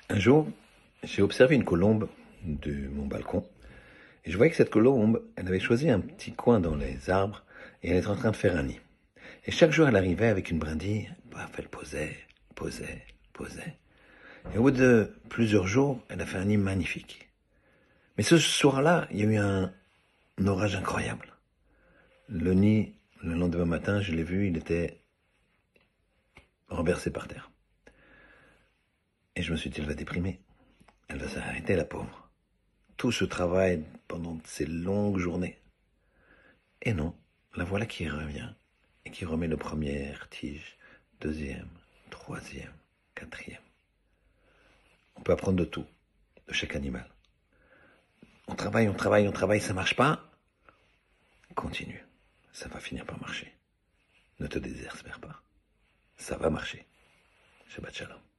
Un jour, j'ai observé une colombe de mon balcon et je voyais que cette colombe, elle avait choisi un petit coin dans les arbres et elle était en train de faire un nid. Et chaque jour, elle arrivait avec une brindille, paf, elle posait, posait, posait. Et au bout de plusieurs jours, elle a fait un nid magnifique. Mais ce soir-là, il y a eu un orage incroyable. Le nid, le lendemain matin, je l'ai vu, il était renversé par terre. Et je me suis dit, elle va déprimer. Elle va s'arrêter, la pauvre. Tout ce travail pendant ces longues journées. Et non, la voilà qui revient et qui remet le première tige, deuxième, troisième, quatrième. On peut apprendre de tout, de chaque animal. On travaille, on travaille, on travaille, ça marche pas. Continue, ça va finir par marcher. Ne te désespère pas, ça va marcher. Shabbat shalom.